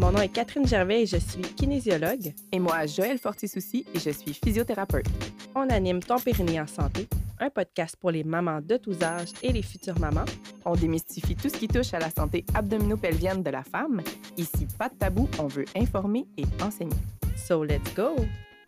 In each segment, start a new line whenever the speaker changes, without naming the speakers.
Mon nom est Catherine Gervais et je suis kinésiologue.
Et moi, Joëlle Fortisouci et je suis physiothérapeute.
On anime Ton Périnée en santé, un podcast pour les mamans de tous âges et les futures mamans.
On démystifie tout ce qui touche à la santé abdominopelvienne de la femme. Ici, pas de tabou, on veut informer et enseigner.
So let's go!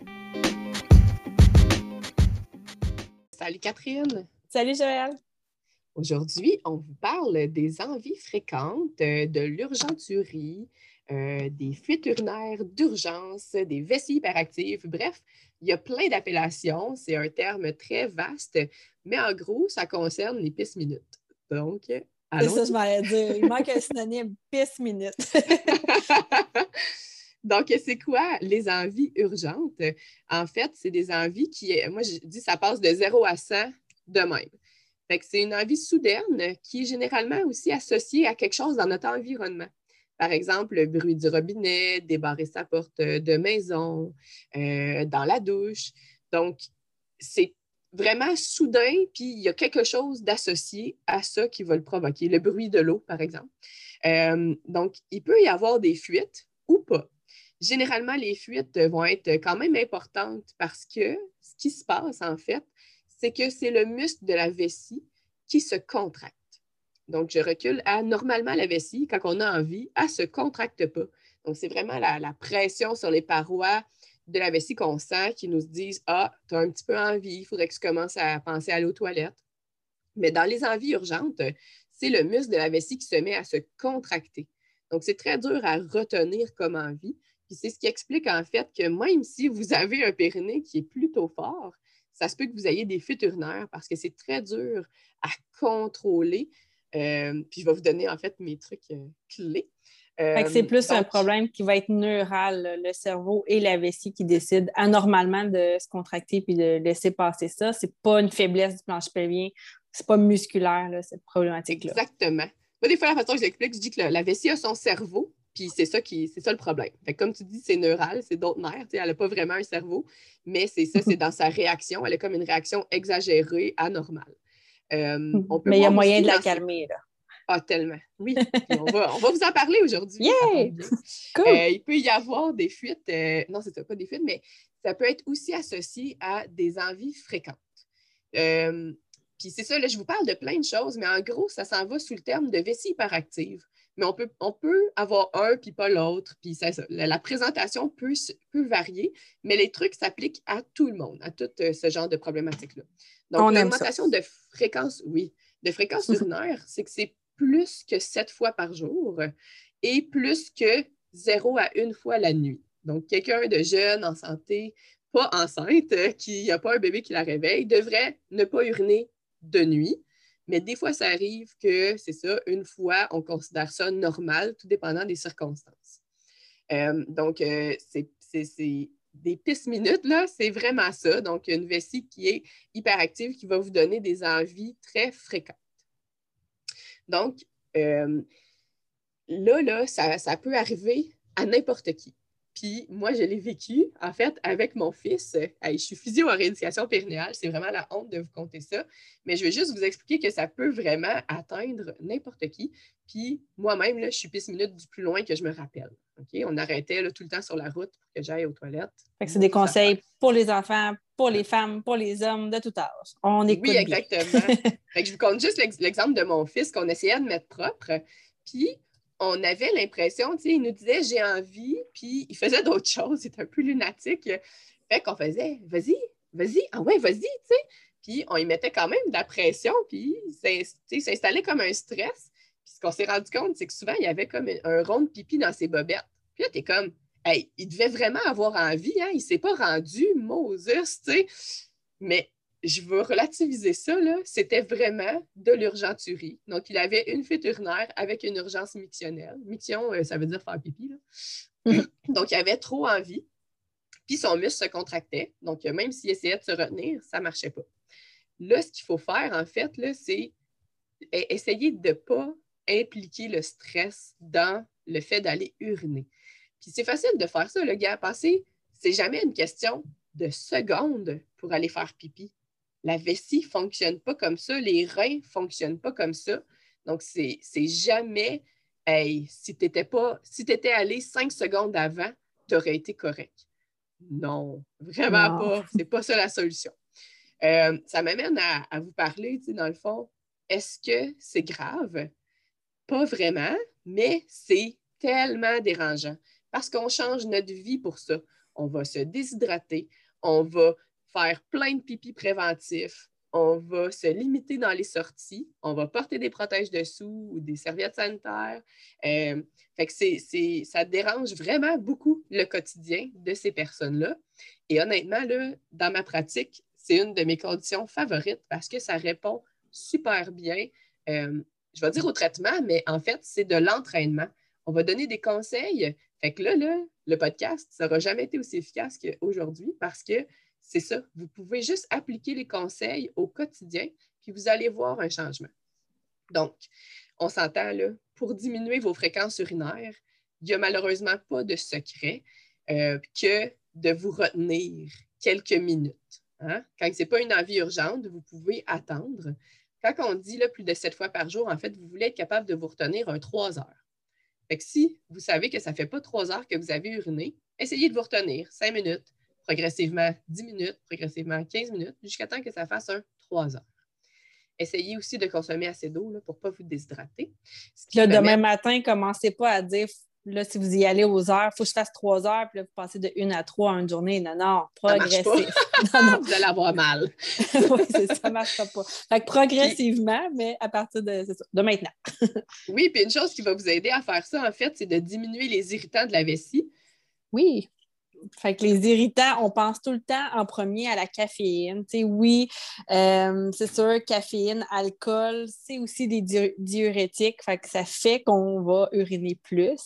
Salut Catherine!
Salut Joëlle!
Aujourd'hui, on vous parle des envies fréquentes, de l'urgenturie, des fuites urinaires d'urgence, des vessies hyperactives. Bref, il y a plein d'appellations. C'est un terme très vaste, mais en gros, ça concerne les pisse-minutes. Donc, allons.
C'est ça, je m'allais dire. Il manque un synonyme, pisse-minute.
Donc, c'est quoi les envies urgentes? En fait, c'est des envies qui, moi, je dis, ça passe de 0 à 100 de même. Fait que c'est une envie soudaine qui est généralement aussi associée à quelque chose dans notre environnement. Par exemple, le bruit du robinet, débarrer sa porte de maison, dans la douche. Donc, c'est vraiment soudain, puis il y a quelque chose d'associé à ça qui va le provoquer. Le bruit de l'eau, par exemple. Donc, il peut y avoir des fuites ou pas. Généralement, les fuites vont être quand même importantes parce que ce qui se passe, en fait, c'est que c'est le muscle de la vessie qui se contracte. Donc, je recule à normalement la vessie, quand on a envie, elle ne se contracte pas. Donc, c'est vraiment la pression sur les parois de la vessie qu'on sent qui nous disent « Ah, tu as un petit peu envie, il faudrait que tu commences à penser à aller aux toilettes. » Mais dans les envies urgentes, c'est le muscle de la vessie qui se met à se contracter. Donc, c'est très dur à retenir comme envie. Puis c'est ce qui explique en fait que même si vous avez un périnée qui est plutôt fort, ça se peut que vous ayez des fuites urinaires parce que c'est très dur à contrôler. Puis je vais vous donner en fait mes trucs clés.
Fait que c'est plus un problème qui va être neural, le cerveau et la vessie qui décident anormalement de se contracter puis de laisser passer ça. C'est pas une faiblesse du plancher pelvien, c'est pas musculaire, là, cette problématique-là.
Exactement. Moi, des fois, la façon que j'explique, je dis que la vessie a son cerveau, puis c'est ça le problème. Fait que comme tu dis, c'est neural, c'est d'autres nerfs. Elle n'a pas vraiment un cerveau, mais c'est ça, c'est dans sa réaction. Elle a comme une réaction exagérée, anormale.
Mais il y a moyen de la calmer, là.
Ah, tellement. Oui. Puis on va vous en parler aujourd'hui.
Yeah! Cool!
Il peut y avoir des fuites. Non, c'est ça, pas des fuites, mais ça peut être aussi associé à des envies fréquentes. Puis c'est ça, là, je vous parle de plein de choses, mais en gros, ça s'en va sous le terme de vessie hyperactive. Mais on peut avoir un puis pas l'autre. Puis la présentation peut varier, mais les trucs s'appliquent à tout le monde, à tout ce genre de problématiques-là. Donc, l'augmentation de fréquence, de fréquence urinaire, c'est que c'est plus que 7 fois par jour et plus que 0 à 1 fois la nuit. Donc, quelqu'un de jeune, en santé, pas enceinte, qui n'a pas un bébé qui la réveille, devrait ne pas uriner de nuit. Mais des fois, ça arrive que, c'est ça, 1 fois, on considère ça normal, tout dépendant des circonstances. Donc, c'est des pisse-minutes, là, c'est vraiment ça. Donc, une vessie qui est hyperactive, qui va vous donner des envies très fréquentes. Donc, là, ça peut arriver à n'importe qui. Puis moi, je l'ai vécu, en fait, avec mon fils. Je suis physio en rééducation périnéale. C'est vraiment la honte de vous conter ça. Mais je veux juste vous expliquer que ça peut vraiment atteindre n'importe qui. Puis moi-même, là, je suis pisse-minute du plus loin que je me rappelle. Okay? On arrêtait là, tout le temps sur la route pour que j'aille aux toilettes.
Fait que c'est des conseils pour les enfants, pour les femmes, pour les hommes de tout âge. On écoute bien.
Oui, exactement. Fait que je vous compte juste l'exemple de mon fils qu'on essayait de mettre propre. Puis on avait l'impression, tu sais, il nous disait « j'ai envie », puis il faisait d'autres choses, c'est un peu lunatique. Fait qu'on faisait « vas-y, ah ouais, vas-y », tu sais. Puis on y mettait quand même de la pression, puis il s'installait comme un stress. Puis ce qu'on s'est rendu compte, c'est que souvent, il y avait comme un rond de pipi dans ses bobettes. Puis là, t'es comme « hey, il devait vraiment avoir envie, hein, il s'est pas rendu, Moses », tu sais. Mais je veux relativiser ça, là. C'était vraiment de l'urgenturie. Donc, il avait une fuite urinaire avec une urgence mictionnelle. Miction, ça veut dire faire pipi, là. Donc, il avait trop envie. Puis, son muscle se contractait. Donc, même s'il essayait de se retenir, ça ne marchait pas. Là, ce qu'il faut faire, en fait, là, c'est essayer de ne pas impliquer le stress dans le fait d'aller uriner. Puis, c'est facile de faire ça, le gars. Pensez, c'est jamais une question de secondes pour aller faire pipi. La vessie ne fonctionne pas comme ça, les reins ne fonctionnent pas comme ça. Donc, c'est jamais hey, si tu étais allé 5 secondes avant, tu aurais été correct. Non, vraiment pas. C'est pas ça la solution. Ça m'amène à vous parler, dans le fond, est-ce que c'est grave? Pas vraiment, mais c'est tellement dérangeant parce qu'on change notre vie pour ça. On va se déshydrater, on va faire plein de pipi préventifs, on va se limiter dans les sorties, on va porter des protèges dessous ou des serviettes sanitaires. Fait que ça dérange vraiment beaucoup le quotidien de ces personnes-là. Et honnêtement, là, dans ma pratique, c'est une de mes conditions favorites parce que ça répond super bien, je vais dire au traitement, mais en fait, c'est de l'entraînement. On va donner des conseils. Fait que là, le podcast, ça n'aura jamais été aussi efficace qu'aujourd'hui parce que c'est ça. Vous pouvez juste appliquer les conseils au quotidien, puis vous allez voir un changement. Donc, on s'entend là, pour diminuer vos fréquences urinaires, il n'y a malheureusement pas de secret que de vous retenir quelques minutes. Hein? Quand ce n'est pas une envie urgente, vous pouvez attendre. Quand on dit là, plus de 7 fois par jour, en fait, vous voulez être capable de vous retenir 3 heures. Fait que si vous savez que ça ne fait pas 3 heures que vous avez uriné, essayez de vous retenir 5 minutes, progressivement 10 minutes, progressivement 15 minutes, jusqu'à temps que ça fasse 3 heures. Essayez aussi de consommer assez d'eau là, pour ne pas vous déshydrater.
Là, demain matin, commencez pas à dire, là, si vous y allez aux heures, il faut que je fasse 3 heures, puis là, vous passez de 1 à 3 en une journée. Non, progressif.
Non. Vous allez avoir mal.
Oui, ça ne marchera pas. Fait que progressivement, mais à partir de maintenant.
Oui, puis une chose qui va vous aider à faire ça, en fait, c'est de diminuer les irritants de la vessie.
Oui. Fait que les irritants, on pense tout le temps en premier à la caféine. Tu sais, oui, c'est sûr, caféine, alcool, c'est aussi des diurétiques. Fait que ça fait qu'on va uriner plus.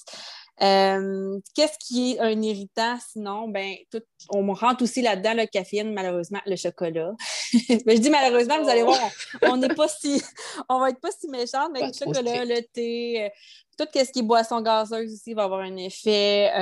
Qu'est-ce qui est un irritant sinon? Ben, on rentre aussi là-dedans le caféine, malheureusement, le chocolat. Mais je dis malheureusement, vous allez voir, on va être pas si méchante, mais le chocolat, le thé, tout ce qui est boisson gazeuse aussi va avoir un effet,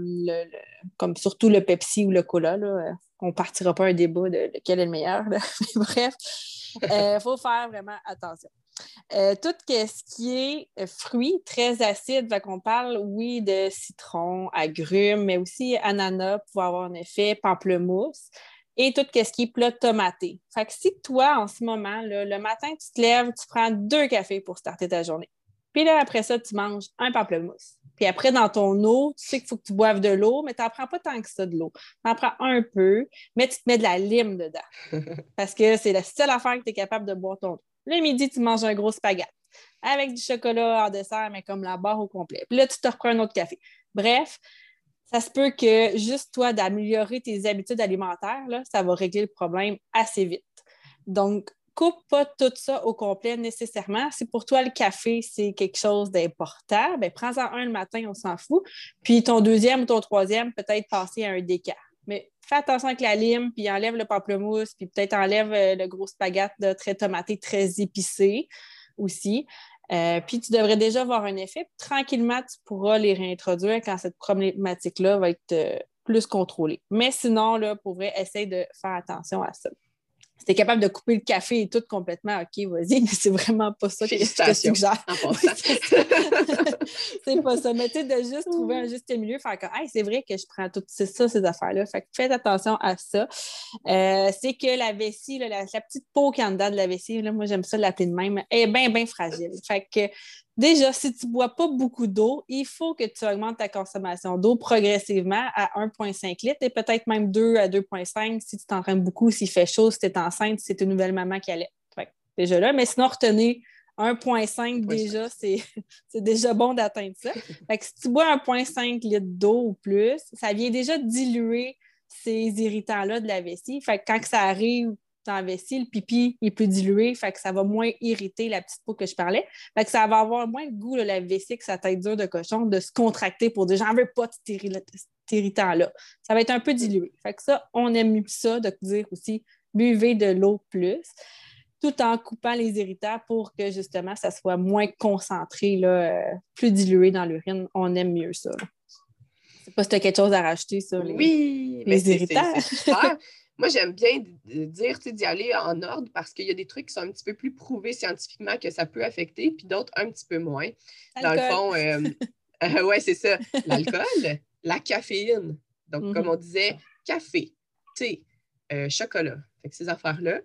comme surtout le Pepsi ou le cola. Là, on ne partira pas un débat de lequel est le meilleur. Là. Bref, il faut faire vraiment attention. Tout ce qui est fruits très acides, on parle, oui, de citron, agrumes, mais aussi ananas pour avoir un effet, pamplemousse, et tout ce qui est plat tomaté. Fait que si toi, en ce moment, là, le matin, tu te lèves, tu prends 2 cafés pour starter ta journée. Puis là, après ça, tu manges un pamplemousse. Puis après, dans ton eau, tu sais qu'il faut que tu boives de l'eau, mais tu n'en prends pas tant que ça de l'eau. Tu en prends un peu, mais tu te mets de la lime dedans. Parce que c'est la seule affaire que tu es capable de boire ton eau. Le midi, tu manges un gros spaghette avec du chocolat en dessert, mais comme la barre au complet. Puis là, tu te reprends un autre café. Bref, ça se peut que juste toi, d'améliorer tes habitudes alimentaires, là, ça va régler le problème assez vite. Donc, coupe pas tout ça au complet nécessairement. Si pour toi, le café, c'est quelque chose d'important, bien, prends-en un le matin, on s'en fout. Puis ton deuxième ou ton troisième, peut-être passer à un déca. Mais fais attention avec la lime, puis enlève le pamplemousse, puis peut-être enlève le gros spaghette très tomaté, très épicé aussi. Puis tu devrais déjà avoir un effet. Puis, tranquillement, tu pourras les réintroduire quand cette problématique-là va être plus contrôlée. Mais sinon, là, pour vrai, essaye de faire attention à ça. Si tu es capable de couper le café et tout complètement, OK, vas-y, mais c'est vraiment pas ça que je te suggère. C'est pas ça. Mais tu sais, de juste trouver un juste milieu, faire que, hey, c'est vrai que je prends toutes ces affaires-là. Fait que faites attention à ça. C'est que la vessie, là, la petite peau qui est en dedans de la vessie, là, moi, j'aime ça l'appeler de même, elle est bien, bien fragile. Fait que déjà, si tu ne bois pas beaucoup d'eau, il faut que tu augmentes ta consommation d'eau progressivement à 1,5 litres et peut-être même 2 à 2,5 si tu t'entraînes beaucoup, s'il fait chaud, si tu es enceinte, si c'est une nouvelle maman qui allait. Déjà là, mais sinon, retenez 1,5 déjà, c'est déjà bon d'atteindre ça. Fait que si tu bois 1,5 litres d'eau ou plus, ça vient déjà diluer ces irritants-là de la vessie. Fait que quand ça arrive dans la vessie, le pipi est plus dilué, fait que ça va moins irriter la petite peau que je parlais. Fait que ça va avoir moins le goût, là, la vessie, que sa tête dure de cochon, de se contracter pour dire « j'en veux pas de cet irritant-là ». Ça va être un peu dilué. Fait que ça, on aime mieux ça de dire aussi « buvez de l'eau plus », tout en coupant les irritants pour que justement ça soit moins concentré, là, plus dilué dans l'urine. On aime mieux ça. Je ne sais pas si tu as quelque chose à rajouter sur les irritants.
C'est super. Moi, j'aime bien dire, tu sais, d'y aller en ordre parce qu'il y a des trucs qui sont un petit peu plus prouvés scientifiquement que ça peut affecter, puis d'autres un petit peu moins. Dans le
Alcool.
fond, ouais, c'est ça. L'alcool, la caféine. Donc, comme on disait, café, thé, chocolat. Fait que ces affaires-là.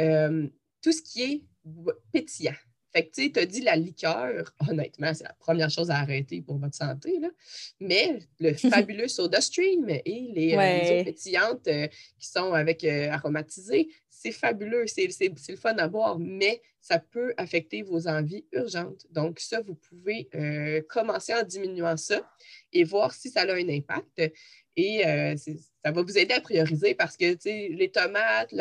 Tout ce qui est pétillant. Fait que, tu sais, tu as dit la liqueur, honnêtement, c'est la première chose à arrêter pour votre santé, là. Mais le fabuleux SodaStream et les eaux pétillantes qui sont avec aromatisées, c'est fabuleux, c'est le fun à boire, mais ça peut affecter vos envies urgentes. Donc, ça, vous pouvez commencer en diminuant ça et voir si ça a un impact. Et ça va vous aider à prioriser parce que les tomates,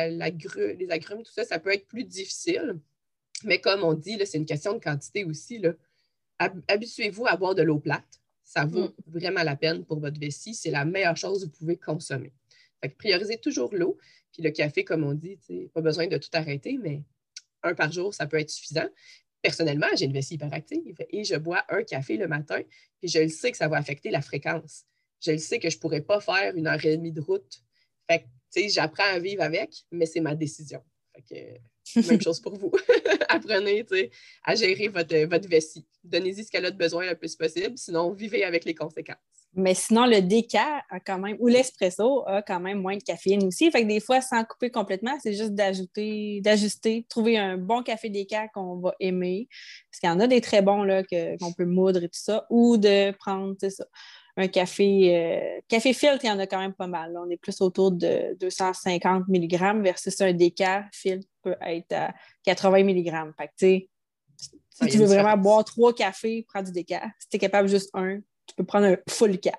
les agrumes, tout ça, ça peut être plus difficile. Mais comme on dit, c'est une question de quantité aussi. Là. Habituez-vous à boire de l'eau plate. Ça vaut vraiment la peine pour votre vessie. C'est la meilleure chose que vous pouvez consommer. Fait que priorisez toujours l'eau. Puis le café, comme on dit, pas besoin de tout arrêter, mais 1 par jour, ça peut être suffisant. Personnellement, j'ai une vessie hyperactive et je bois 1 café le matin. Puis je le sais que ça va affecter la fréquence. Je le sais que je ne pourrais pas faire 1h30 de route. Fait que, j'apprends à vivre avec, mais c'est ma décision. Fait que, même chose pour vous. Apprenez à gérer votre vessie. Donnez-y ce qu'elle a de besoin le plus possible, sinon vivez avec les conséquences.
Mais sinon, le déca a quand même, ou l'espresso a quand même moins de caféine aussi. Fait que des fois, sans couper complètement, c'est juste d'ajuster, trouver un bon café déca qu'on va aimer. Parce qu'il y en a des très bons là, qu'on peut moudre et tout ça, ou de prendre, ça, un café filtre, il y en a quand même pas mal. Là. On est plus autour de 250 mg versus un déca filtre peut être à 80 mg. Fait que, tu sais, si tu veux vraiment boire 3 cafés, prends du déca. Si tu es capable juste un, tu peux prendre un full cap.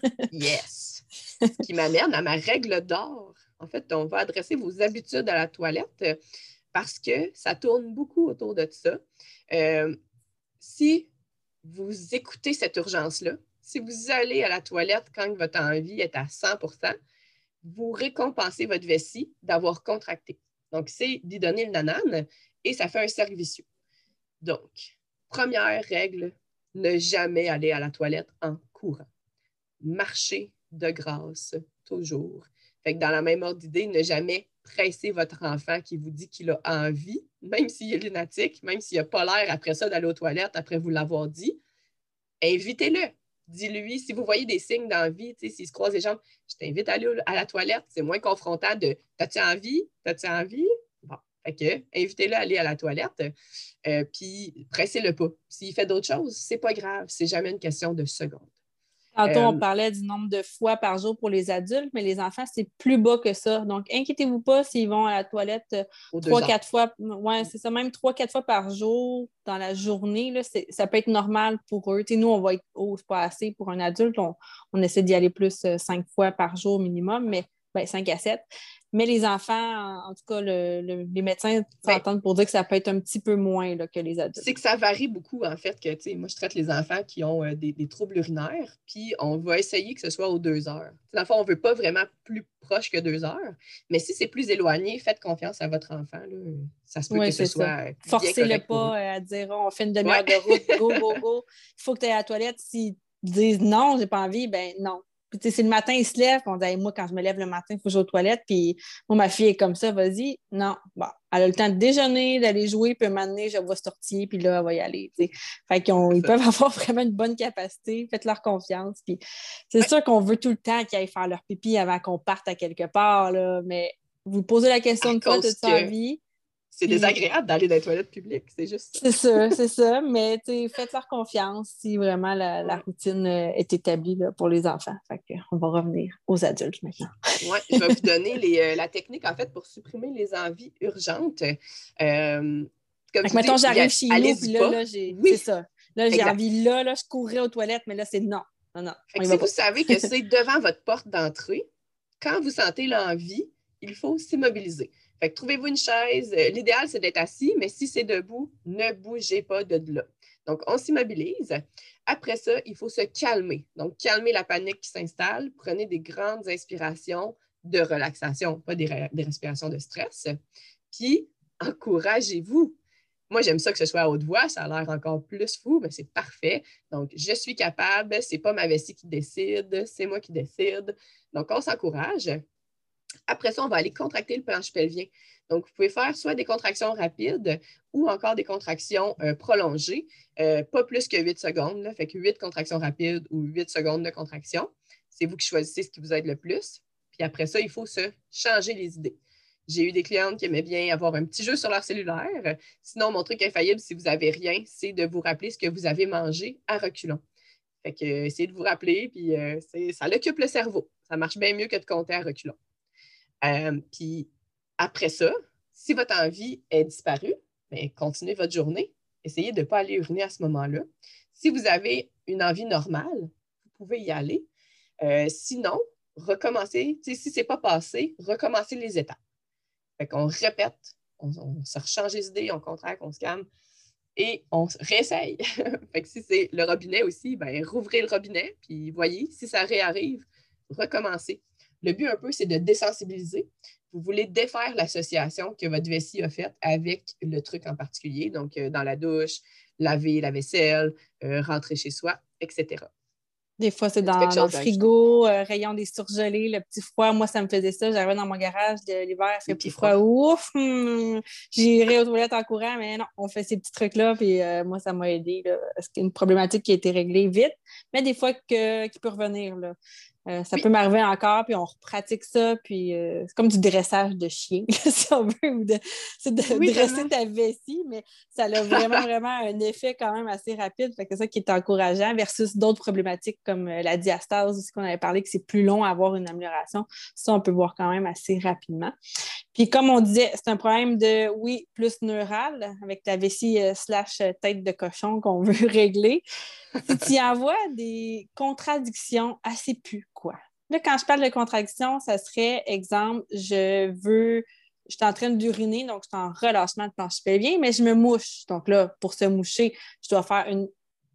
Yes! Ce qui m'amène à ma règle d'or. En fait, on va adresser vos habitudes à la toilette parce que ça tourne beaucoup autour de ça. Si vous écoutez cette urgence-là, si vous allez à la toilette quand votre envie est à 100 %, vous récompensez votre vessie d'avoir contracté. Donc, c'est d'y donner le nanane et ça fait un cercle vicieux. Donc, première règle, ne jamais aller à la toilette en courant. Marchez de grâce, toujours. Fait que dans la même ordre d'idée, ne jamais presser votre enfant qui vous dit qu'il a envie, même s'il est lunatique, même s'il n'a pas l'air après ça d'aller aux toilettes, après vous l'avoir dit. Invitez-le. Dis-lui, si vous voyez des signes d'envie, s'il se croise les jambes, je t'invite à aller à la toilette. C'est moins confrontant de t'as-tu envie? T'as-tu envie? Bon, fait que invitez-le à aller à la toilette, puis pressez-le pas. S'il fait d'autres choses, c'est pas grave. C'est jamais une question de secondes.
Tantôt, on parlait du nombre de fois par jour pour les adultes, mais les enfants, c'est plus bas que ça. Donc, inquiétez-vous pas s'ils vont à la toilette 3-4 fois. Ouais, c'est ça, même 3-4 fois par jour dans la journée. Là, ça peut être normal pour eux. T'sais, nous, on va être c'est pas assez pour un adulte. On essaie d'y aller plus 5 fois par jour minimum, mais 5 à 7. Mais les enfants, en tout cas, les médecins s'entendent pour dire que ça peut être un petit peu moins là, que les adultes.
C'est que ça varie beaucoup, en fait, que moi, je traite les enfants qui ont des troubles urinaires, puis on va essayer que ce soit aux 2 heures. Dans le fond, on ne veut pas vraiment plus proche que 2 heures, mais si c'est plus éloigné, faites confiance à votre enfant. Là. Ça se peut que ce soit
forcez-le pas à dire on fait une demi-heure de route, go, go, go. Il faut que tu ailles à la toilette. S'ils disent non, j'ai pas envie, ben non. Puis, si le matin, il se lève, on dit, moi, quand je me lève le matin, il faut que je vais aux toilettes. Puis, moi, ma fille est comme ça, vas-y. Non, bon, elle a le temps de déjeuner, d'aller jouer, puis un moment donné, je vais sortir, puis là, elle va y aller. T'sais. Fait qu'ils peuvent avoir vraiment une bonne capacité. Faites-leur confiance. Puis, c'est sûr qu'on veut tout le temps qu'ils aillent faire leur pipi avant qu'on parte à quelque part, là, mais vous posez la question une fois, as-tu envie?
C'est désagréable d'aller dans les toilettes publiques, c'est juste
ça. C'est ça, mais faites-leur confiance si vraiment la routine est établie là, pour les enfants. Fait on va revenir aux adultes maintenant.
Oui, je vais vous donner la technique, en fait, pour supprimer les envies urgentes.
Comme mettons, j'arrive chez nous, puis là c'est ça. Là, j'ai envie, là, je courrais aux toilettes, mais là, c'est non. Non.
Si vous savez que c'est devant votre porte d'entrée, quand vous sentez l'envie, il faut s'immobiliser. Fait que trouvez-vous une chaise. L'idéal, c'est d'être assis, mais si c'est debout, ne bougez pas de là. Donc, on s'immobilise. Après ça, il faut se calmer. Donc, calmer la panique qui s'installe. Prenez des grandes inspirations de relaxation, pas des respirations de stress. Puis, encouragez-vous. Moi, j'aime ça que ce soit à haute voix. Ça a l'air encore plus fou, mais c'est parfait. Donc, je suis capable. C'est pas ma vessie qui décide. C'est moi qui décide. Donc, on s'encourage. Après ça, on va aller contracter le plancher pelvien. Donc, vous pouvez faire soit des contractions rapides ou encore des contractions prolongées, pas plus que 8 secondes. Là, fait que 8 contractions rapides ou 8 secondes de contraction. C'est vous qui choisissez ce qui vous aide le plus. Puis après ça, il faut se changer les idées. J'ai eu des clientes qui aimaient bien avoir un petit jeu sur leur cellulaire. Sinon, mon truc infaillible, si vous n'avez rien, c'est de vous rappeler ce que vous avez mangé à reculons. Fait que essayez de vous rappeler, puis ça l'occupe le cerveau. Ça marche bien mieux que de compter à reculons. Puis après ça, si votre envie est disparue, bien, continuez votre journée. Essayez de ne pas aller uriner à ce moment-là. Si vous avez une envie normale, vous pouvez y aller. Sinon, recommencez. Si ce n'est pas passé, recommencez les étapes. Fait qu'on répète, on se rechange les idées, on contracte, on se calme et on réessaye. Fait que si c'est le robinet aussi, bien, rouvrez le robinet, puis voyez, si ça réarrive, recommencez. Le but un peu, c'est de désensibiliser. Vous voulez défaire l'association que votre vessie a faite avec le truc en particulier, donc dans la douche, laver la vaisselle, rentrer chez soi, etc.
Des fois, c'est dans le frigo, rayon des surgelés, le petit froid. Moi, ça me faisait ça. J'arrivais dans mon garage l'hiver, il fait plus froid. Ouf! J'irais aux toilettes en courant, mais non, on fait ces petits trucs-là. Puis moi, ça m'a aidé. Là, parce qu'il y a une problématique qui a été réglée vite, mais des fois qui peut revenir. Là. Ça peut m'arriver encore, puis on repratique ça, puis c'est comme du dressage de chien, si on veut, c'est de dresser ta vessie, mais ça a vraiment, vraiment un effet quand même assez rapide, fait que c'est ça qui est encourageant, versus d'autres problématiques comme la diastase, aussi qu'on avait parlé, que c'est plus long à avoir une amélioration. Ça, on peut voir quand même assez rapidement. Puis comme on disait, c'est un problème de, oui, plus neural, avec ta vessie / tête de cochon qu'on veut régler. Si tu y envoies des contradictions assez pu, quoi. Là, quand je parle de contradiction, ça serait, exemple, je suis en train d'uriner, donc je suis en relâchement de plancher pelvien, mais je me mouche. Donc là, pour se moucher, je dois faire une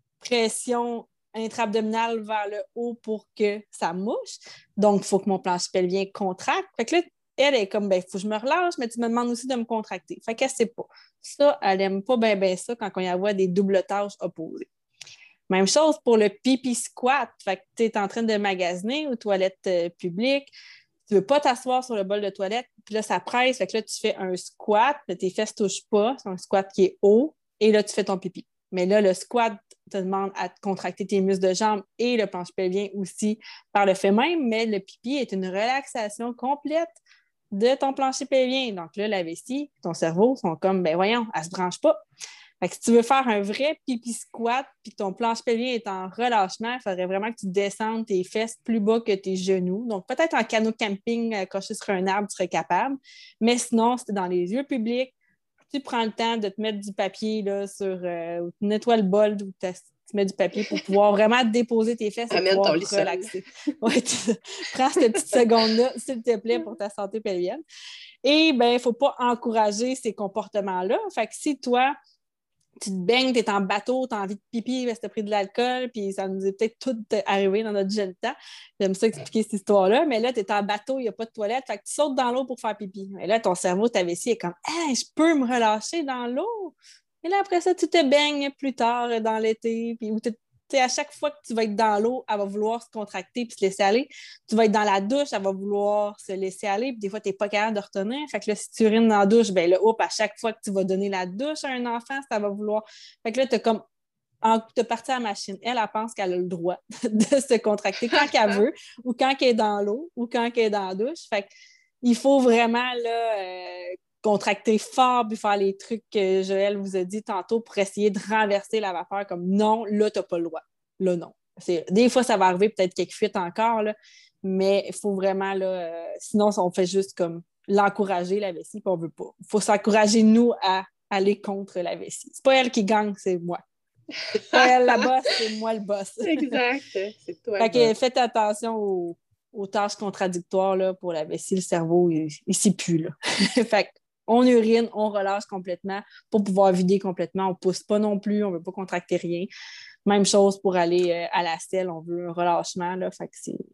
pression intra-abdominale vers le haut pour que ça mouche. Donc, il faut que mon plancher pelvien contracte. Fait que là, elle est comme, il faut que je me relâche, mais tu me demandes aussi de me contracter. Fait qu'elle ne sait pas. Ça, elle n'aime pas bien ça quand on y envoie des doubles tâches opposées. Même chose pour le pipi squat. Fait que tu es en train de magasiner aux toilettes publiques. Tu ne veux pas t'asseoir sur le bol de toilette, puis là, ça presse. Fait que là, tu fais un squat, là, tes fesses ne touchent pas. C'est un squat qui est haut, et là, tu fais ton pipi. Mais là, le squat te demande à contracter tes muscles de jambes et le plancher pelvien aussi par le fait même, mais le pipi est une relaxation complète de ton plancher pelvien. Donc là, la vessie, ton cerveau sont comme, voyons, elle ne se branche pas. Fait que si tu veux faire un vrai pipi squat puis que ton plancher pelvien est en relâchement, il faudrait vraiment que tu descendes tes fesses plus bas que tes genoux. Donc, peut-être en canot camping, accroché sur un arbre, tu serais capable. Mais sinon, si tu es dans les lieux publics, tu prends le temps de te mettre du papier là, ou tu nettoies le bol où tu mets du papier pour pouvoir vraiment déposer tes fesses et pouvoir relaxer. Ouais, prends cette petite seconde-là, s'il te plaît, pour ta santé pelvienne. Et il ne faut pas encourager ces comportements-là. Fait que si toi, tu te baignes, tu es en bateau, tu as envie de pipi parce que tu as pris de l'alcool, puis ça nous est peut-être tout arrivé dans notre jeune temps. J'aime ça expliquer cette histoire-là, mais là, tu es en bateau, il n'y a pas de toilette, fait que tu sautes dans l'eau pour faire pipi. Et là, ton cerveau, ta vessie est comme « Hey, je peux me relâcher dans l'eau! » Et là, après ça, tu te baignes plus tard dans l'été, puis à chaque fois que tu vas être dans l'eau, elle va vouloir se contracter puis se laisser aller. Tu vas être dans la douche, elle va vouloir se laisser aller. Puis des fois, tu n'es pas capable de retenir. Fait que là, si tu urines dans la douche, bien là, à chaque fois que tu vas donner la douche à un enfant, ça va vouloir. Fait que là, tu as comme. Tu as parti à la machine. Elle pense qu'elle a le droit de se contracter quand elle veut, ou quand elle est dans l'eau, ou quand elle est dans la douche. Fait qu'il faut vraiment là, contracter fort puis faire les trucs que Joël vous a dit tantôt pour essayer de renverser la vapeur comme non, là, tu n'as pas le droit. Là, non. Des fois, ça va arriver, peut-être quelques fuites encore, là, mais il faut vraiment, là, sinon, on fait juste comme l'encourager, la vessie, puis on ne veut pas. Il faut s'encourager, nous, à aller contre la vessie. C'est pas elle qui gagne, c'est moi. C'est pas elle la boss, c'est moi le boss.
Exact, c'est toi.
Fait que faites attention aux tâches contradictoires là, pour la vessie, le cerveau, il ne s'y pue. Là. Fait on urine, on relâche complètement pour pouvoir vider complètement. On ne pousse pas non plus, on ne veut pas contracter rien. Même chose pour aller à la selle, on veut un relâchement. Là, fait que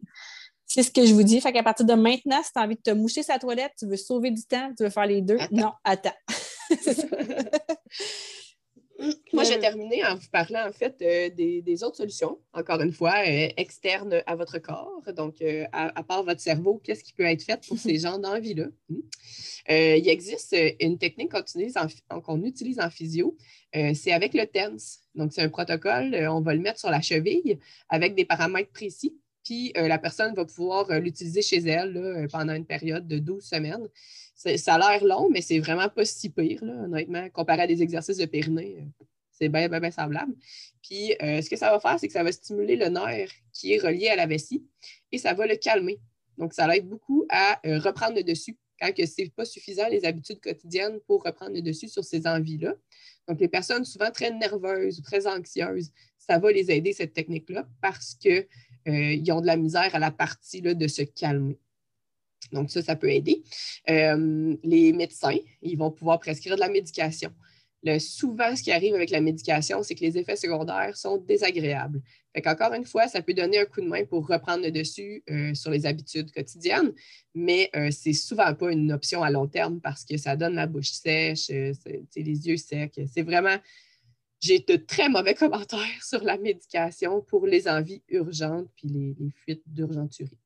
c'est ce que je vous dis. Fait qu'à partir de maintenant, si tu as envie de te moucher sa toilette, tu veux sauver du temps, tu veux faire les deux, non, attends. C'est ça.
Moi, je vais terminer en vous parlant, en fait, des autres solutions, encore une fois, externes à votre corps. Donc, à part votre cerveau, qu'est-ce qui peut être fait pour ces gens d'envie-là? Il existe une technique qu'on utilise en physio, c'est avec le TENS. Donc, c'est un protocole, on va le mettre sur la cheville avec des paramètres précis, puis la personne va pouvoir l'utiliser chez elle là, pendant une période de 12 semaines. Ça a l'air long, mais c'est vraiment pas si pire, là, honnêtement, comparé à des exercices de périnée. C'est bien, bien, bien semblable. Puis, ce que ça va faire, c'est que ça va stimuler le nerf qui est relié à la vessie et ça va le calmer. Donc, ça l'aide beaucoup à reprendre le dessus quand ce n'est pas suffisant, les habitudes quotidiennes pour reprendre le dessus sur ces envies-là. Donc, les personnes souvent très nerveuses ou très anxieuses, ça va les aider, cette technique-là, parce qu'ils ont de la misère à la partie là, de se calmer. Donc, ça peut aider. Les médecins, ils vont pouvoir prescrire de la médication. Souvent, ce qui arrive avec la médication, c'est que les effets secondaires sont désagréables. Fait qu'encore une fois, ça peut donner un coup de main pour reprendre le dessus sur les habitudes quotidiennes, mais c'est souvent pas une option à long terme parce que ça donne la bouche sèche, les yeux secs. C'est vraiment... J'ai de très mauvais commentaires sur la médication pour les envies urgentes puis les fuites d'urgenturie.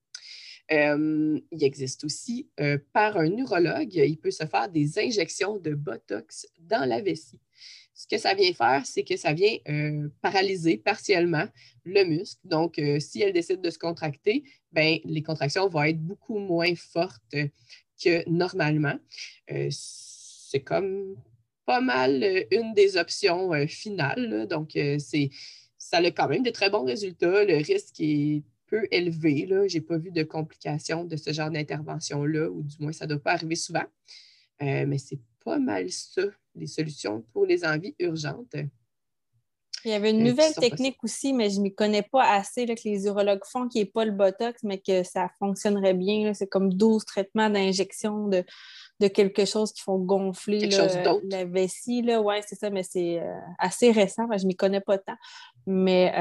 Il existe aussi, par un neurologue, il peut se faire des injections de Botox dans la vessie. Ce que ça vient faire, c'est que ça vient paralyser partiellement le muscle. Donc, si elle décide de se contracter, ben, les contractions vont être beaucoup moins fortes que normalement. C'est comme pas mal une des options finales. Là. Donc, ça a quand même de très bons résultats. Le risque est peu élevé. Je n'ai pas vu de complications de ce genre d'intervention-là, ou du moins, ça ne doit pas arriver souvent. Mais c'est pas mal ça, les solutions pour les envies urgentes.
Il y avait une nouvelle technique aussi, mais je ne m'y connais pas assez, là, que les urologues font, qui n'est pas le Botox, mais que ça fonctionnerait bien. Là. C'est comme 12 traitements d'injection de quelque chose qui font gonfler la vessie. Oui, c'est ça, mais c'est assez récent. Je ne m'y connais pas tant. Mais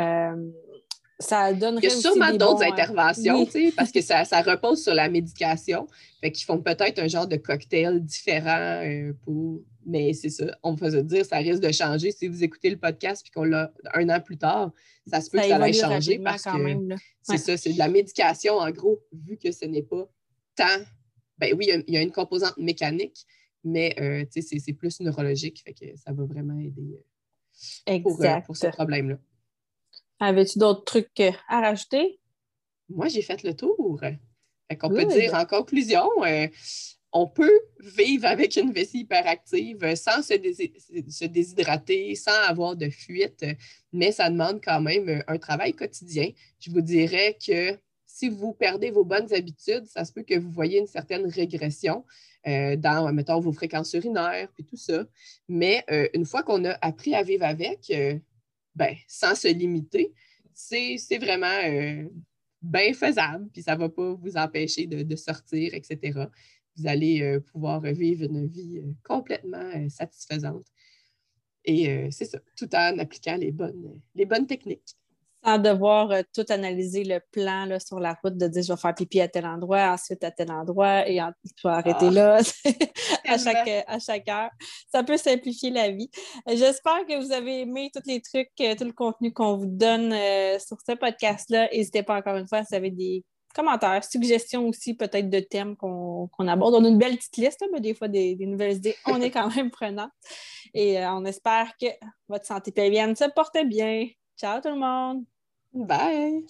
ça donnerait
il y a sûrement d'autres interventions,
oui.
Parce que ça repose sur la médication. Fait qu'ils font peut-être un genre de cocktail différent pour... Mais c'est ça, on va se dire, ça risque de changer. Si vous écoutez le podcast puis qu'on l'a 1 an plus tard, ça se peut que ça ait changé parce que c'est ça, c'est de la médication, en gros, vu que ce n'est pas tant... Ben oui, il y a une composante mécanique, mais c'est plus neurologique. Fait que ça va vraiment aider pour ce problème-là.
Avais-tu d'autres trucs à rajouter?
Moi, j'ai fait le tour. Fait qu'on peut dire en conclusion, on peut vivre avec une vessie hyperactive sans se déshydrater, sans avoir de fuite, mais ça demande quand même un travail quotidien. Je vous dirais que si vous perdez vos bonnes habitudes, ça se peut que vous voyez une certaine régression dans, mettons, vos fréquences urinaires puis tout ça. Mais une fois qu'on a appris à vivre avec, sans se limiter, c'est vraiment bien faisable, puis ça ne va pas vous empêcher de sortir, etc. Vous allez pouvoir vivre une vie complètement satisfaisante. Et c'est ça, tout en appliquant les bonnes techniques.
Sans devoir tout analyser le plan là, sur la route, de dire je vais faire pipi à tel endroit, ensuite à tel endroit, et tu vas arrêter là à chaque heure. Ça peut simplifier la vie. J'espère que vous avez aimé tous les trucs, tout le contenu qu'on vous donne sur ce podcast-là. N'hésitez pas encore une fois si vous avez des commentaires, suggestions aussi peut-être de thèmes qu'on aborde. On a une belle petite liste, mais des fois des nouvelles idées, on est quand même prenants. Et on espère que votre santé pelvienne se porte bien. Ciao tout le monde!
Bye!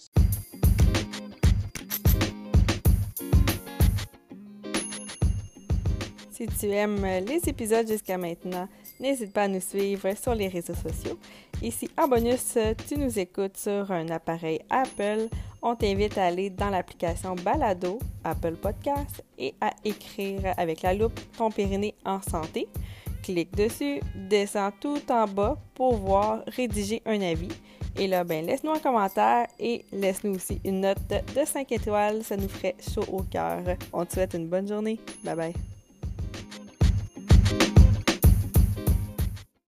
Si tu aimes les épisodes jusqu'à maintenant, n'hésite pas à nous suivre sur les réseaux sociaux. Et si en bonus, tu nous écoutes sur un appareil Apple, on t'invite à aller dans l'application Balado, Apple Podcast, et à écrire avec la loupe ton périnée en santé. Clique dessus, descends tout en bas pour voir rédiger un avis. Et là, laisse-nous un commentaire et laisse-nous aussi une note de 5 étoiles. Ça nous ferait chaud au cœur. On te souhaite une bonne journée. Bye bye.